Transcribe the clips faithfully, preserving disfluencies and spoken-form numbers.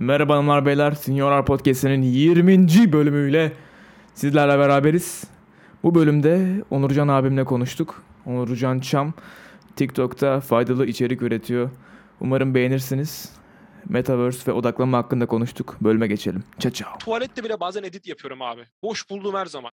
Merhaba hanımlar beyler, Senior Podcast'inin yirminci bölümüyle sizlerle beraberiz. Bu bölümde Onurcan abimle konuştuk. Onurcan Çam TikTok'ta faydalı içerik üretiyor. Umarım beğenirsiniz. Metaverse ve odaklanma hakkında konuştuk. Bölüme geçelim. Ciao ciao. Tuvalette bile bazen edit yapıyorum abi. Boş bulduğum her zaman.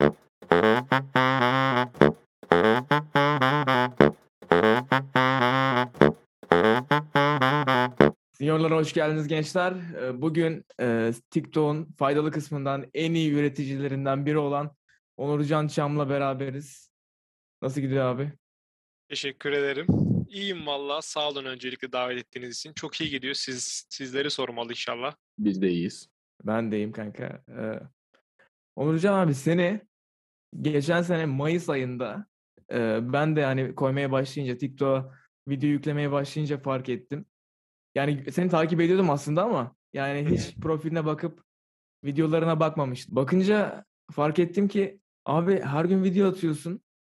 Seniorlara hoş geldiniz gençler. Ee, Bugün e, TikTok'un faydalı kısmından en iyi üreticilerinden biri olan Onurcan Çam'la beraberiz. Nasıl gidiyor abi? Teşekkür ederim. İyiyim valla. Sağ olun öncelikle davet ettiğiniz için. Çok iyi gidiyor. Siz sizleri sormalı inşallah. Biz de iyiyiz. Ben deyim kanka. Ee, Onurcan abi seni geçen sene Mayıs ayında e, ben de hani koymaya başlayınca TikTok'a video yüklemeye başlayınca fark ettim. Yani seni takip ediyordum aslında ama yani Hı hı. hiç profiline bakıp videolarına bakmamıştım. Bakınca fark ettim ki abi her gün video atıyorsun.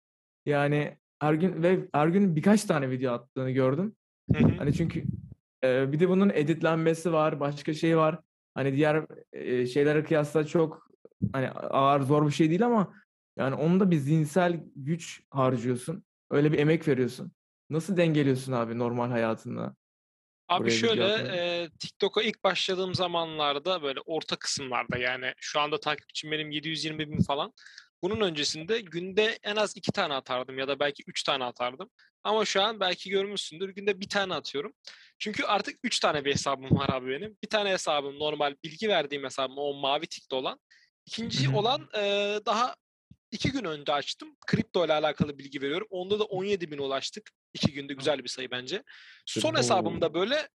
Yani her gün ve her gün birkaç tane video attığını gördüm. Hı hı. Hani çünkü e, bir de bunun editlenmesi var, başka şey var. Hani diğer e, şeylere kıyasla çok hani ağır, zor bir şey değil ama yani onda bir zihinsel güç harcıyorsun. Öyle bir emek veriyorsun. Nasıl dengeliyorsun abi normal hayatında Abi buraya video şöyle atmayı? e, TikTok'a ilk başladığım zamanlarda böyle orta kısımlarda yani şu anda takipçim benim yedi yüz yirmi bin falan. Bunun öncesinde günde en az iki tane atardım ya da belki üç tane atardım. Ama şu an belki görmüşsündür günde bir tane atıyorum. Çünkü artık üç tane bir hesabım var abi benim. Bir tane hesabım normal bilgi verdiğim hesabım o mavi tikte olan. Hı İkinci hı. olan e, daha iki gün önce açtım. Kripto ile alakalı bilgi veriyorum. Onda da on yedi bin ulaştık. İki günde güzel bir sayı bence. Son Oo. hesabımda böyle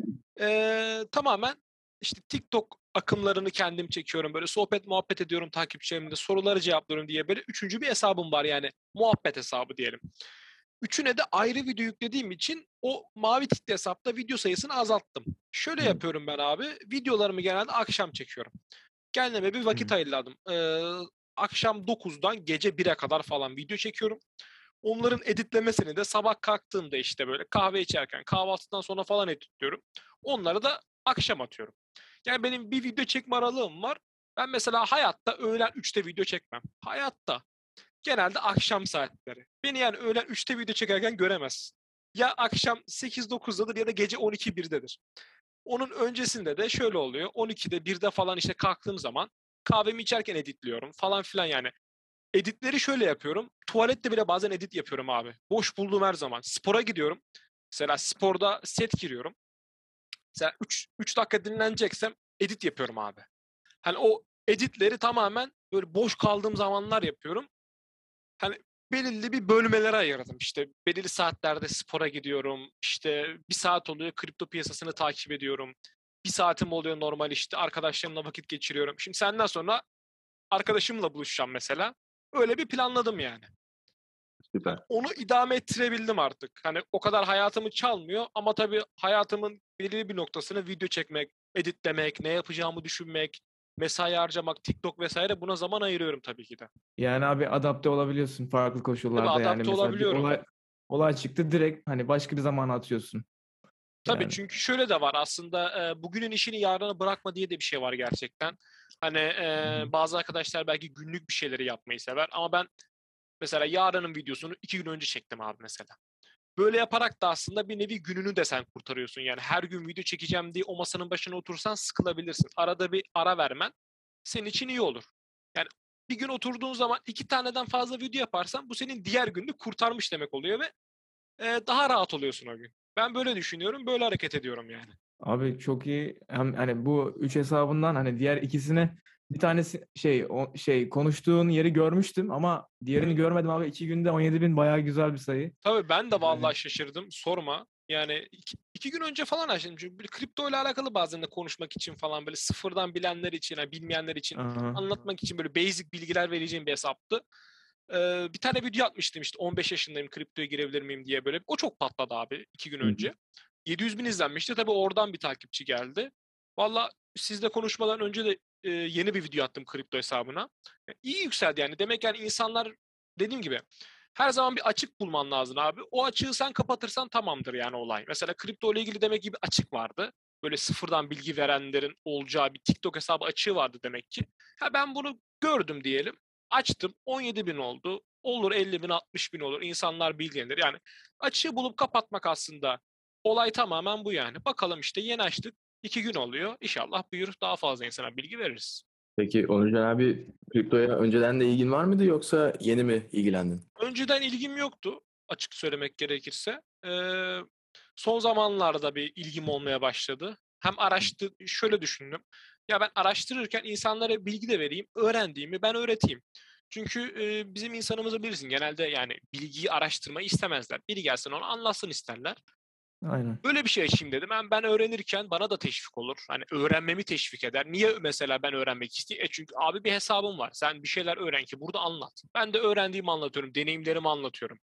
e, tamamen işte TikTok akımlarını kendim çekiyorum. Böyle sohbet muhabbet ediyorum takipçilerimle soruları cevaplıyorum diye böyle üçüncü bir hesabım var yani muhabbet hesabı diyelim. Üçüne de ayrı video yüklediğim için o mavi tikli hesapta video sayısını azalttım. Şöyle Hı yapıyorum ben abi. Videolarımı genelde akşam çekiyorum. Kendime bir vakit hı. ayırdım. Ee, akşam dokuzdan gece bire kadar falan video çekiyorum. Onların editlemesini de sabah kalktığımda işte böyle kahve içerken kahvaltıdan sonra falan editliyorum. Onları da akşam atıyorum. Yani benim bir video çekme aralığım var. Ben mesela hayatta öğlen üçte video çekmem. Hayatta. Genelde akşam saatleri. Beni yani öğlen üçte video çekerken göremezsin. Ya akşam sekiz dokuzdadır ya da gece on iki birdedir. Onun öncesinde de şöyle oluyor. on ikide birde falan işte kalktığım zaman kahvemi içerken editliyorum falan filan yani. Editleri şöyle yapıyorum. Tuvalette bile bazen edit yapıyorum abi. Boş bulduğum her zaman. Spora gidiyorum. Mesela sporda set giriyorum. Mesela üç dakika dinleneceksem edit yapıyorum abi. Hani o editleri tamamen böyle boş kaldığım zamanlar yapıyorum. Hani belirli bir bölmelere ayırdım. İşte belirli saatlerde spora gidiyorum. İşte bir saat oluyor kripto piyasasını takip ediyorum. Bir saatim oluyor normal işte arkadaşlarımla vakit geçiriyorum. Şimdi senden sonra arkadaşımla buluşacağım mesela. Öyle bir planladım yani. Hani Süper. onu idame ettirebildim artık. Hani o kadar hayatımı çalmıyor ama tabii hayatımın belirli bir noktasını video çekmek, editlemek, ne yapacağımı düşünmek, mesai harcamak, TikTok vesaire buna zaman ayırıyorum tabii ki de. Yani abi adapte olabiliyorsun farklı Tabii koşullarda yani adapte mesela bir olabiliyorum. olay olay çıktı direkt hani başka bir zamana atıyorsun Tabii yani. çünkü şöyle de var aslında e, bugünün işini yarına bırakma diye de bir şey var gerçekten. Hani Hı e, hı. bazı arkadaşlar belki günlük bir şeyleri yapmayı sever ama ben mesela yarının videosunu iki gün önce çektim abi mesela. Böyle yaparak da aslında bir nevi gününü de sen kurtarıyorsun. Yani her gün video çekeceğim diye o masanın başına otursan sıkılabilirsin. Arada bir ara vermen senin için iyi olur. Yani bir gün oturduğun zaman iki taneden fazla video yaparsan bu senin diğer gününü kurtarmış demek oluyor ve e, daha rahat oluyorsun o gün. Ben böyle düşünüyorum, böyle hareket ediyorum yani. Abi çok iyi. Hem hani bu üç hesabından hani diğer ikisini bir tanesi şey o, şey konuştuğun yeri görmüştüm ama Hı diğerini hı. görmedim abi. iki günde on yedi bin bayağı güzel bir sayı. Tabii ben de Yani, vallahi şaşırdım. Sorma. Yani iki, iki gün önce falan açtım. Çünkü bir kripto ile alakalı bazen de konuşmak için falan böyle sıfırdan bilenler için, yani bilmeyenler için aha. anlatmak için böyle basic bilgiler vereceğim bir hesaptı. Ee, bir tane video atmıştım işte on beş yaşındayım kriptoya girebilir miyim diye böyle. O çok patladı abi iki gün Hı hı. önce. yedi yüz bin izlenmişti. Tabii oradan bir takipçi geldi. Valla sizle konuşmadan önce de e, yeni bir video attım kripto hesabına. İyi yükseldi yani. Demek yani insanlar dediğim gibi her zaman bir açık bulman lazım abi. O açığı sen kapatırsan tamamdır yani olay. Mesela kripto ile ilgili demek gibi açık vardı. böyle sıfırdan bilgi verenlerin olacağı bir TikTok hesabı açığı vardı demek ki. Ha ben bunu gördüm diyelim. Açtım. on yedi bin oldu. Olur elli bin, altmış bin olur. İnsanlar bilgilenir. Yani açığı bulup kapatmak aslında olay tamamen bu yani. Bakalım işte yeni açtık. iki gün oluyor. İnşallah büyür. Daha fazla insana bilgi veririz. Peki Onurcan abi, kriptoya önceden de ilgin var mıydı yoksa yeni mi ilgilendin? Önceden ilgim yoktu açık söylemek gerekirse. Ee, son zamanlarda bir ilgim olmaya başladı. Hem araştır, şöyle düşündüm. Ya ben araştırırken insanlara bilgi de vereyim, öğrendiğimi ben öğreteyim. Çünkü e, bizim insanımızı bilirsin genelde yani bilgiyi araştırmayı istemezler. Biri gelsin onu anlatsın isterler. Aynen. Böyle bir şey açayım dedim. Ben, ben öğrenirken bana da teşvik olur. Hani öğrenmemi teşvik eder. Niye mesela ben öğrenmek isteyeyim? E çünkü abi bir hesabım var. Sen bir şeyler öğren ki burada anlat. Ben de öğrendiğimi anlatıyorum. Deneyimlerimi anlatıyorum.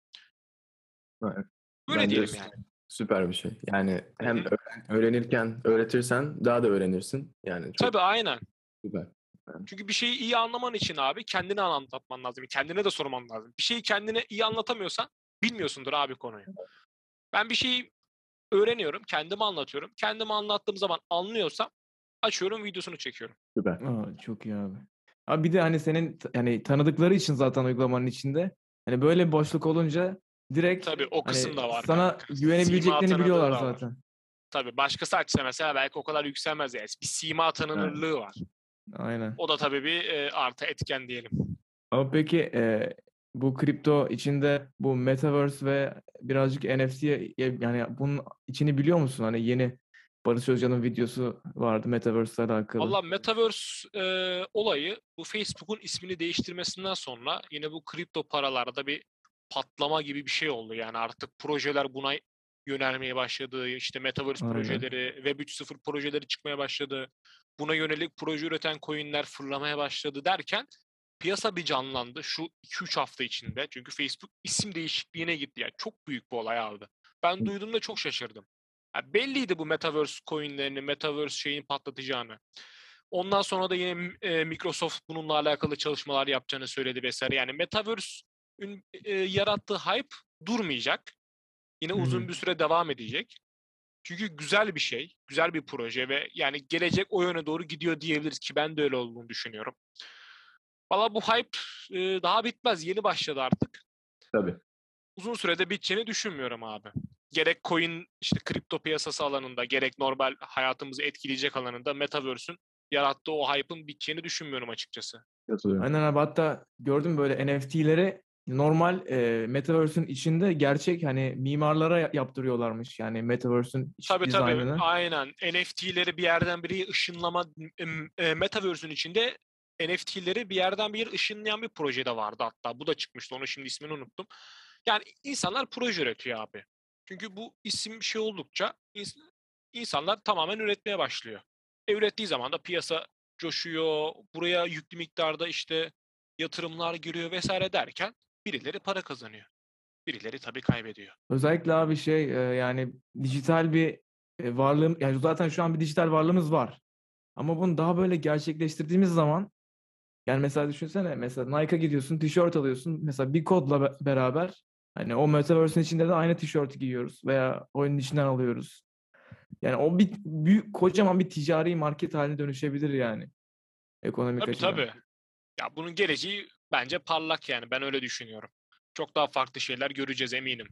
Evet. Böyle Bence diyelim yani. süper bir şey. Yani Hı hem hı. öğren- öğrenirken öğretirsen daha da öğrenirsin. Yani çok Tabii aynen. süper. Çünkü bir şeyi iyi anlaman için abi kendine anlatman lazım. Kendine de sorman lazım. Bir şeyi kendine iyi anlatamıyorsan bilmiyorsundur abi konuyu. Ben bir şeyi öğreniyorum, kendime anlatıyorum. Kendime anlattığım zaman anlıyorsam açıyorum videosunu çekiyorum. Süper. Aa, çok iyi abi. Abi bir de hani senin t- yani tanıdıkları için zaten uygulamanın içinde. Hani böyle bir boşluk olunca direkt Tabii o kısım hani da var sana kanka. Sima güvenebileceklerini tanıdığı biliyorlar da var. zaten. Tabii başkası açsa mesela belki o kadar yükselmez yani. Bir sima Evet. tanınırlığı var. Aynen. O da tabii bir e, artı etken diyelim. Ama peki e, bu kripto içinde bu Metaverse ve birazcık N F T'ye yani bunun içini biliyor musun? Hani yeni Barış Özcan'ın videosu vardı Metaverse ile alakalı. Valla Metaverse e, olayı bu Facebook'un ismini değiştirmesinden sonra yine bu kripto paralarda bir patlama gibi bir şey oldu. Yani artık projeler buna yönelmeye başladı. İşte Metaverse Aynen. projeleri, Web üç nokta sıfır projeleri çıkmaya başladı. Buna yönelik proje üreten coinler fırlamaya başladı derken piyasa bir canlandı şu iki üç hafta içinde. Çünkü Facebook isim değişikliğine gitti. Yani çok büyük bir olay aldı. Ben duyduğumda çok şaşırdım. Ya belliydi bu Metaverse coinlerini, Metaverse şeyin patlatacağını. Ondan sonra da yine e, Microsoft bununla alakalı çalışmalar yapacağını söyledi vesaire. Yani Metaverse'ün e, yarattığı hype durmayacak. Yine Hı hı. uzun bir süre devam edecek. Çünkü güzel bir şey, güzel bir proje ve yani gelecek o yöne doğru gidiyor diyebiliriz ki ben de öyle olduğunu düşünüyorum. Valla bu hype e, daha bitmez. Yeni başladı artık. Tabii. Uzun sürede biteceğini düşünmüyorum abi. Gerek coin işte kripto piyasası alanında gerek normal hayatımızı etkileyecek alanında Metaverse'ün yarattığı o hype'ın biteceğini düşünmüyorum açıkçası. Katılıyorum. Aynen abi, hatta gördüm böyle N F T'leri normal e, Metaverse'ün içinde gerçek hani mimarlara ya- yaptırıyorlarmış. Yani Metaverse'ün iç Tabii tabii dizaynını. aynen N F T'leri bir yerden bir yere ışınlama e, Metaverse'ün içinde N F T'leri bir yerden bir yere ışınlayan bir proje de vardı hatta. Bu da çıkmıştı. Onun şimdi ismini unuttum. Yani insanlar proje üretiyor abi. Çünkü bu isim şey oldukça ins- insanlar tamamen üretmeye başlıyor. E, ürettiği zaman da piyasa coşuyor. Buraya yüklü miktarda işte yatırımlar giriyor vesaire derken birileri para kazanıyor. Birileri tabii kaybediyor. Özellikle abi şey e, yani dijital bir e, varlığım yani zaten şu an bir dijital varlığımız var. Ama bunu daha böyle gerçekleştirdiğimiz zaman yani mesela düşünsene mesela Nike'a gidiyorsun, tişört alıyorsun. Mesela bir kodla be- beraber hani o Metaverse'ün içinde de aynı tişörtü giyiyoruz veya oyunun içinden alıyoruz. Yani o bir büyük kocaman bir ticari market haline dönüşebilir yani ekonomik Tabii açıdan. tabii. Ya bunun geleceği bence parlak yani ben öyle düşünüyorum. Çok daha farklı şeyler göreceğiz eminim.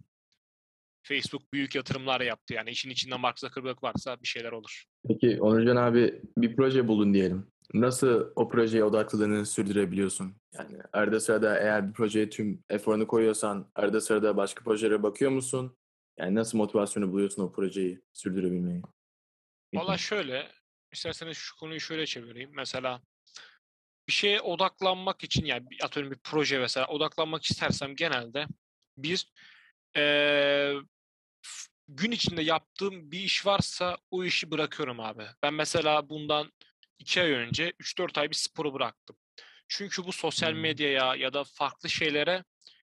Facebook büyük yatırımlar yaptı yani işin içinde Mark Zuckerberg varsa bir şeyler olur. Peki Onurcan abi, bir proje buldun diyelim. Nasıl o projeye odaklılığını sürdürebiliyorsun? Yani arada sırada eğer bir projeye tüm eforunu koyuyorsan arada sırada başka projelere bakıyor musun? Yani nasıl motivasyonu buluyorsun o projeyi sürdürebilmeyi? Valla Gitmek. şöyle, isterseniz şu konuyu şöyle çevireyim. Mesela bir şeye odaklanmak için yani bir- atıyorum bir proje mesela odaklanmak istersem genelde bir eee, f- gün içinde yaptığım bir iş varsa o işi bırakıyorum abi. Ben mesela bundan iki ay önce üç dört ay bir sporu bıraktım. Çünkü bu sosyal Hmm. medyaya ya da farklı şeylere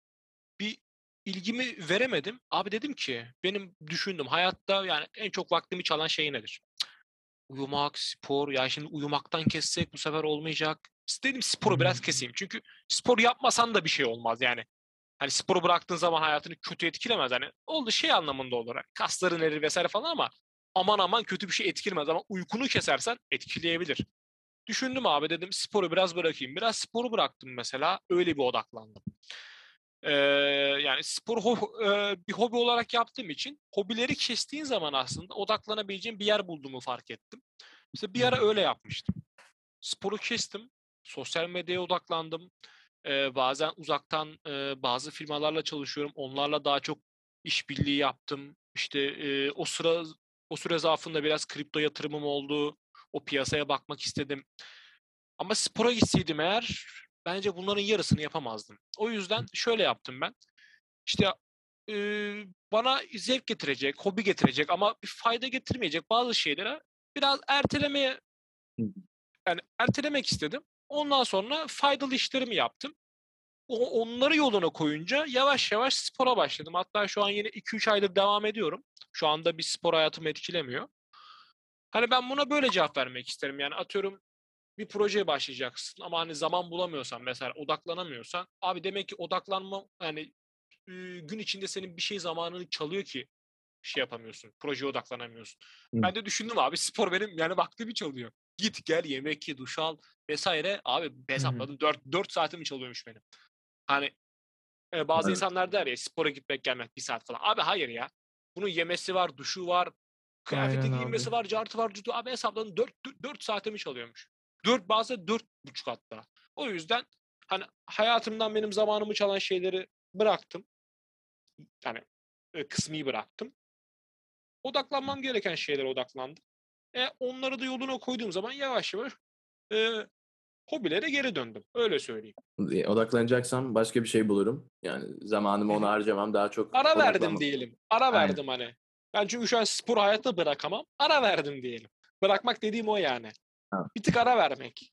bir ilgimi veremedim. Abi dedim ki benim düşündüm hayatta yani en çok vaktimi çalan şey nedir? Uyumak, spor. Ya şimdi uyumaktan kessek bu sefer olmayacak. İstedim sporu biraz Hmm. keseyim. Çünkü spor yapmasan da bir şey olmaz yani. Hani sporu bıraktığın zaman hayatını kötü etkilemez. Hani oldu şey anlamında olarak. Kasların erir vesaire falan ama aman aman kötü bir şey etkilemez ama uykunu kesersen etkileyebilir. Düşündüm abi, dedim sporu biraz bırakayım. Biraz sporu bıraktım mesela. Öyle bir odaklandım. Ee, yani sporu ho- e, bir hobi olarak yaptığım için hobileri kestiğin zaman aslında odaklanabileceğim bir yer bulduğumu fark ettim. İşte bir ara öyle yapmıştım. Sporu kestim. Sosyal medyaya odaklandım. Ee, bazen uzaktan e, bazı firmalarla çalışıyorum. Onlarla daha çok işbirliği yaptım. İşte e, o sıra o süre zarfında biraz kripto yatırımım oldu. O piyasaya bakmak istedim. Ama spora gitseydim eğer bence bunların yarısını yapamazdım. O yüzden şöyle yaptım ben. İşte e, bana zevk getirecek, hobi getirecek ama bir fayda getirmeyecek bazı şeylere biraz ertelemeye yani ertelemek istedim. Ondan sonra faydalı işlerimi yaptım. O, onları yoluna koyunca yavaş yavaş spora başladım. Hatta şu an yine iki üç aydır devam ediyorum. Şu anda bir spor hayatımı etkilemiyor. Hani ben buna böyle cevap vermek isterim. Yani atıyorum bir projeye başlayacaksın ama hani zaman bulamıyorsan mesela odaklanamıyorsan abi demek ki odaklanma yani e, gün içinde senin bir şey zamanını çalıyor ki şey yapamıyorsun. Projeye odaklanamıyorsun. Hı. Ben de düşündüm abi spor benim yani vaktimi çalıyor. Git gel yemek ye duş al vesaire. Abi Hı hı. hesapladım dört dört saatimi çalıyormuş benim. Hani e, bazı Evet. insanlar der ya spora gitmek gelmek bir saat falan. Abi hayır ya. Bunun yemesi var, duşu var, kıyafeti Aynen abi. giyinmesi var, cartı var, cutu. Abi hesapladım dört dört saatimi çalıyormuş. dört bazen dört buçuk hatta. O yüzden hani hayatımdan benim zamanımı çalan şeyleri bıraktım. Yani e, kısmi bıraktım. Odaklanmam gereken şeylere odaklandım. E, onları da yoluna koyduğum zaman yavaş yavaş e, hobilere geri döndüm. Öyle söyleyeyim. Odaklanacaksam başka bir şey bulurum. Yani zamanımı Hı ona hı. harcamam. Daha çok Ara verdim odaklanmam. diyelim. Ara Aynen. verdim hani. Ben çünkü şu an spor hayatta bırakamam. Ara verdim diyelim. Bırakmak dediğim o yani. Ha, Bir tık ara vermek.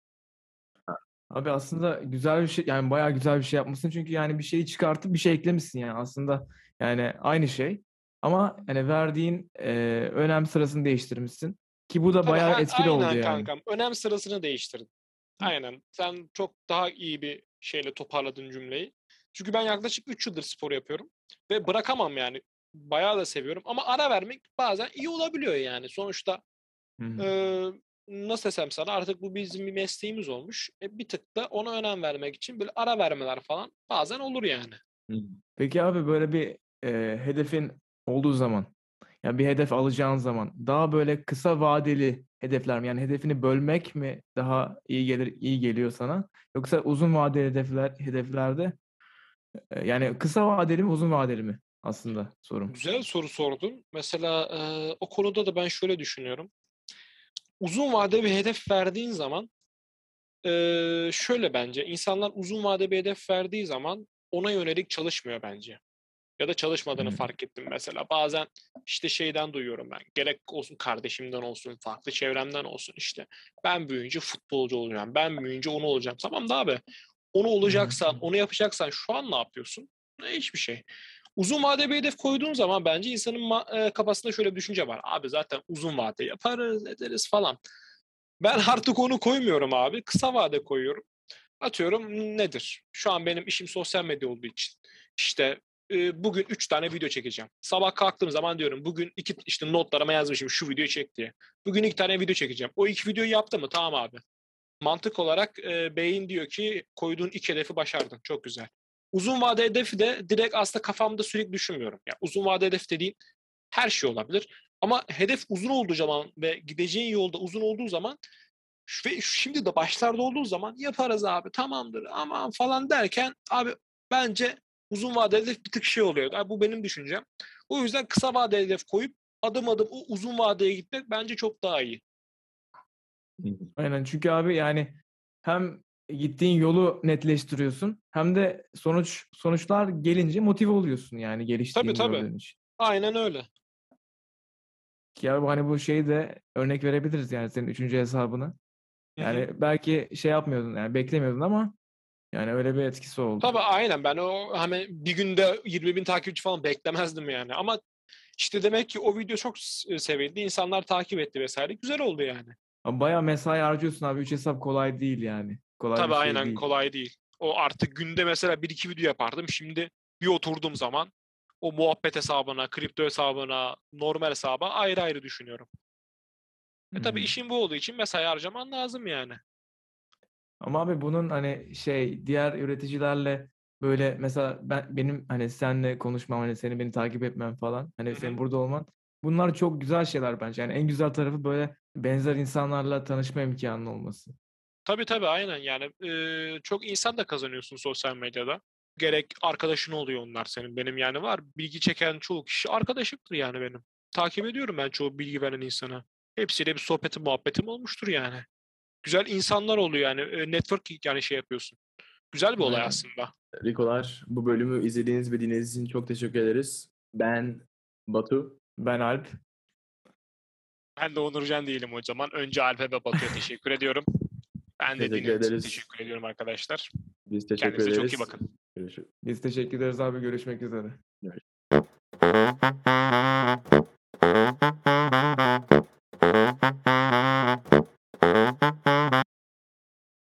ha. Abi aslında güzel bir şey, yani bayağı güzel bir şey yapmışsın çünkü yani bir şeyi çıkartıp bir şey eklemişsin yani aslında yani aynı şey ama hani verdiğin e, önem sırasını değiştirmişsin ki bu da Tabii bayağı ha, etkili oldu aynen yani. kankam. Önem sırasını değiştirdim. Aynen. Sen çok daha iyi bir şeyle toparladın cümleyi. Çünkü ben yaklaşık üç yıldır spor yapıyorum. Ve bırakamam yani. Bayağı da seviyorum. Ama ara vermek bazen iyi olabiliyor yani. Sonuçta Hı hı. e, nasıl desem sana artık bu bizim bir mesleğimiz olmuş. E, bir tık da ona önem vermek için böyle ara vermeler falan bazen olur yani. Hı. Peki abi böyle bir e, hedefin olduğu zaman yani bir hedef alacağın zaman daha böyle kısa vadeli hedefler mi? Yani hedefini bölmek mi daha iyi gelir iyi geliyor sana? Yoksa uzun vadeli hedefler hedeflerde e, yani kısa vadeli mi uzun vadeli mi aslında sorum. Güzel soru sordun. Mesela e, o konuda da ben şöyle düşünüyorum. Uzun vade bir hedef verdiğin zaman e, şöyle bence insanlar uzun vade bir hedef verdiği zaman ona yönelik çalışmıyor bence. Ya da çalışmadığını Hı. fark ettim mesela. Bazen işte şeyden duyuyorum ben. Gerek olsun kardeşimden olsun, farklı çevremden olsun işte. Ben büyüyünce futbolcu olacağım. Ben büyüyünce onu olacağım. Tamam da abi onu Hı hı. olacaksan, onu yapacaksan şu an ne yapıyorsun? E, Hiçbir şey. Uzun vade bir hedef koyduğun zaman bence insanın ma- e, kafasında şöyle bir düşünce var. Abi zaten uzun vade yaparız, ederiz falan. Ben artık onu koymuyorum abi. Kısa vade koyuyorum. Atıyorum nedir? Şu an benim işim sosyal medya olduğu için. İşte e, bugün üç tane video çekeceğim. Sabah kalktığım zaman diyorum bugün iki işte notlarıma yazmışım şu videoyu çek diye. Bugün iki tane video çekeceğim. O iki videoyu yaptım mı? Tamam abi. Mantık olarak e, beyin diyor ki koyduğun iki hedefi başardın. Çok güzel. Uzun vade hedefi de direkt aslında kafamda sürekli düşünmüyorum. Yani uzun vade hedef dediğin her şey olabilir. Ama hedef uzun olduğu zaman ve gideceğin yolda uzun olduğu zaman ve şimdi de başlarda olduğu zaman yaparız abi tamamdır aman falan derken abi bence uzun vadeli hedef bir tık şey oluyor. Yani bu benim düşüncem. O yüzden kısa vadeli hedef koyup adım adım o uzun vadeye gitmek bence çok daha iyi. Hı. Aynen çünkü abi yani hem gittiğin yolu netleştiriyorsun hem de sonuç sonuçlar gelince motive oluyorsun yani Tabii geliştiğini tabii. gördüğün için. Aynen öyle. Ki abi hani bu şeyi de örnek verebiliriz yani senin üçüncü hesabını. Hı hı. Yani belki şey yapmıyordun yani beklemiyordun ama yani öyle bir etkisi oldu. Tabii aynen ben o hani bir günde yirmi bin takipçi falan beklemezdim yani. Ama işte demek ki o video çok s- sevildi. İnsanlar takip etti vesaire. Güzel oldu yani. Ama bayağı mesai harcıyorsun abi. Üç hesap kolay değil yani. Kolay bir Tabii şey aynen değil. kolay değil. O artık günde mesela bir iki video yapardım. Şimdi bir oturduğum zaman O muhabbet hesabına, kripto hesabına, normal hesaba ayrı ayrı düşünüyorum. E Hı tabii hı. işin bu olduğu için mesai harcaman lazım yani. Ama abi bunun hani şey diğer üreticilerle böyle mesela ben benim hani seninle konuşmam hani seni beni takip etmem falan Hı hani hı. senin burada olman bunlar çok güzel şeyler bence. Yani en güzel tarafı böyle benzer insanlarla tanışma imkanının olması. Tabii tabii aynen yani eee, çok insan da kazanıyorsun sosyal medyada. Gerek arkadaşın oluyor onlar senin. Benim yani var bilgi çeken çoğu kişi arkadaşımdır yani benim. Takip ediyorum ben çoğu bilgi veren insana. Hepsiyle bir sohbetim muhabbetim olmuştur yani. Güzel insanlar oluyor yani. E, network yani şey yapıyorsun. Güzel bir olay Aynen. aslında. Rikolar, bu bölümü izlediğiniz ve dinlediğiniz için çok teşekkür ederiz. Ben Batu. Ben Alp. Ben de Onurcan değilim o zaman. Önce Alp'e ve Batu'ya teşekkür ediyorum. Ben de Teşekkür dinlediğiniz için ederiz. teşekkür ediyorum arkadaşlar. Biz teşekkür Kendinize çok iyi ederiz. bakın. Görüşürüz. Biz teşekkür ederiz abi, görüşmek üzere.